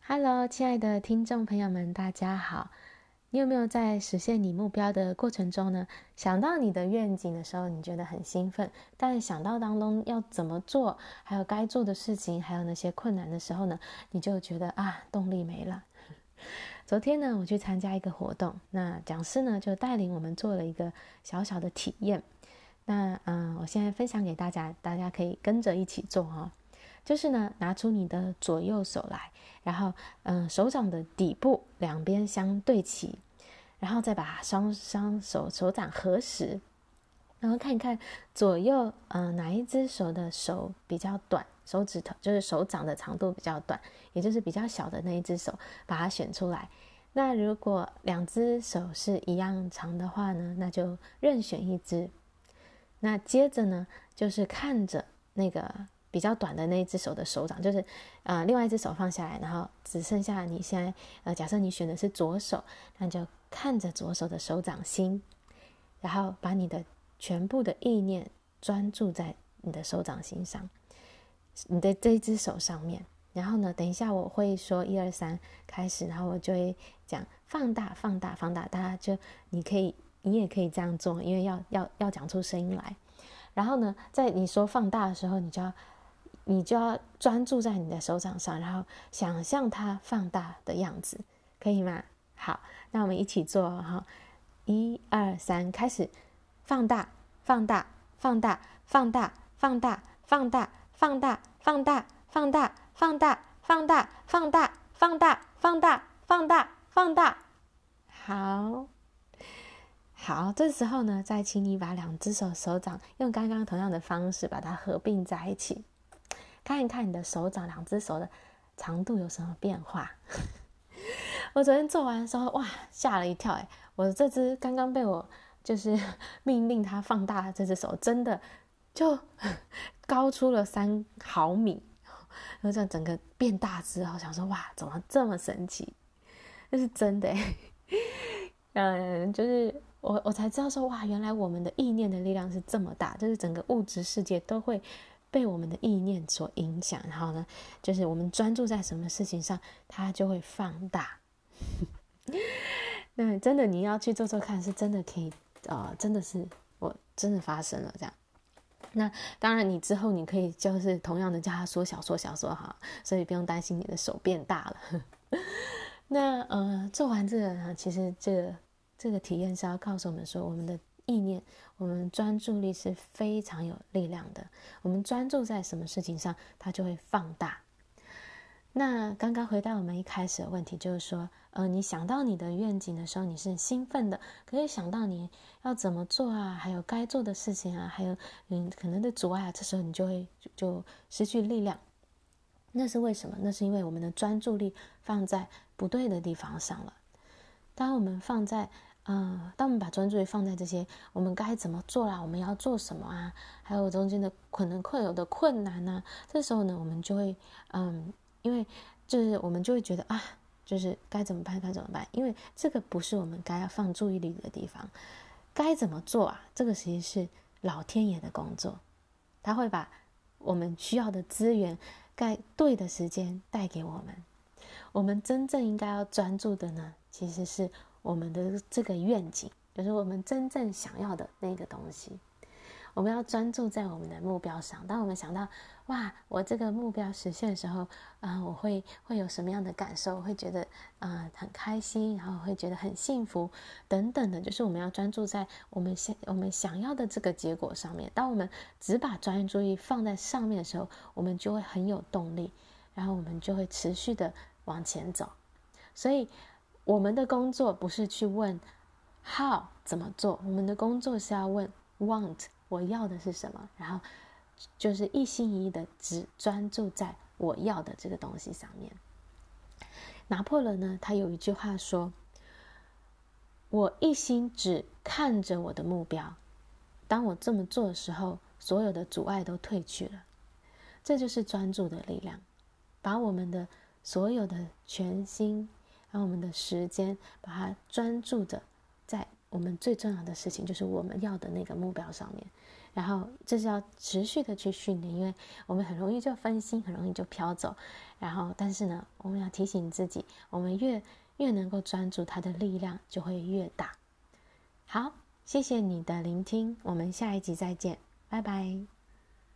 Hello，亲爱的听众朋友们，大家好。你有没有在实现你目标的过程中呢，想到你的愿景的时候，你觉得很兴奋，但想到当中要怎么做，还有该做的事情，还有那些困难的时候呢，你就觉得动力没了。昨天呢，我去参加一个活动，那讲师呢就带领我们做了一个小小的体验。那我现在分享给大家，大家可以跟着一起做哦。就是呢，拿出你的左右手来，然后手掌的底部两边相对齐，然后再把双手掌合十，然后看看左右哪一只手的手比较短，手指头就是手掌的长度比较短，也就是比较小的那一只手，把它选出来。那如果两只手是一样长的话呢，那就任选一只。那接着呢，就是看着那个比较短的那一只手的手掌，就是另外一只手放下来，然后只剩下你现在假设你选的是左手，那就看着左手的手掌心，然后把你的全部的意念专注在你的手掌心上，你的这一只手上面。然后呢，等一下我会说1、2、3开始，然后我就会讲放大放大放大，大家就你也可以这样做，因为要讲出声音来。然后呢，在你说放大的时候，你就要专注在你的手掌上，然后想象它放大的样子，可以吗？好，那我们一起做哈，1、2、3开始，放大放大放大放大放大放大放大放大放大放大放大放大放大放大放大放大。好，这时候呢，再请你把两只手掌用刚刚同样的方式把它合并在一起，看一看你的手掌两只手的长度有什么变化。我昨天做完的时候，吓了一跳我这只刚刚被我就是命令它放大的这只手，真的就高出了3毫米，然后这样整个变大之后，想说怎么这么神奇？这是真的就是我才知道说原来我们的意念的力量是这么大，就是整个物质世界都会被我们的意念所影响，然后呢，就是我们专注在什么事情上，它就会放大。那真的你要去做做看，是真的可以真的是我真的发生了这样。那当然你之后你可以就是同样的叫它缩小哈，所以不用担心你的手变大了。那做完这个其实这个体验是要告诉我们说，我们的意念，我们专注力是非常有力量的。我们专注在什么事情上，它就会放大。那刚刚回到我们一开始的问题，就是说你想到你的愿景的时候，你是兴奋的，可是想到你要怎么做还有该做的事情还有可能的阻碍这时候你就失去力量。那是为什么？那是因为我们的专注力放在不对的地方上了。当我们把专注力放在这些我们该怎么做我们要做什么还有中间的可能会有的困难这时候呢，我们就会因为就是我们就会觉得就是该怎么办，因为这个不是我们该要放注意力的地方。该怎么做这个其实是老天爷的工作，他会把我们需要的资源在对的时间带给我们。我们真正应该要专注的呢，其实是我们的这个愿景，就是我们真正想要的那个东西。我们要专注在我们的目标上。当我们想到我这个目标实现的时候我会有什么样的感受，我会觉得很开心，然后会觉得很幸福等等的，就是我们要专注在我们想要的这个结果上面。当我们只把专注力放在上面的时候，我们就会很有动力，然后我们就会持续的往前走。所以我们的工作不是去问 how 怎么做，我们的工作是要问 want 我要的是什么，然后就是一心一意的只专注在我要的这个东西上面。拿破仑呢，他有一句话说，我一心只看着我的目标，当我这么做的时候，所有的阻碍都退去了。这就是专注的力量，把我们的所有的全心，然后我们的时间，把它专注的在我们最重要的事情，就是我们要的那个目标上面。然后这是要持续的去训练，因为我们很容易就分心，很容易就飘走。然后但是呢，我们要提醒自己，我们越能够专注，它的力量就会越大。好，谢谢你的聆听，我们下一集再见，拜拜。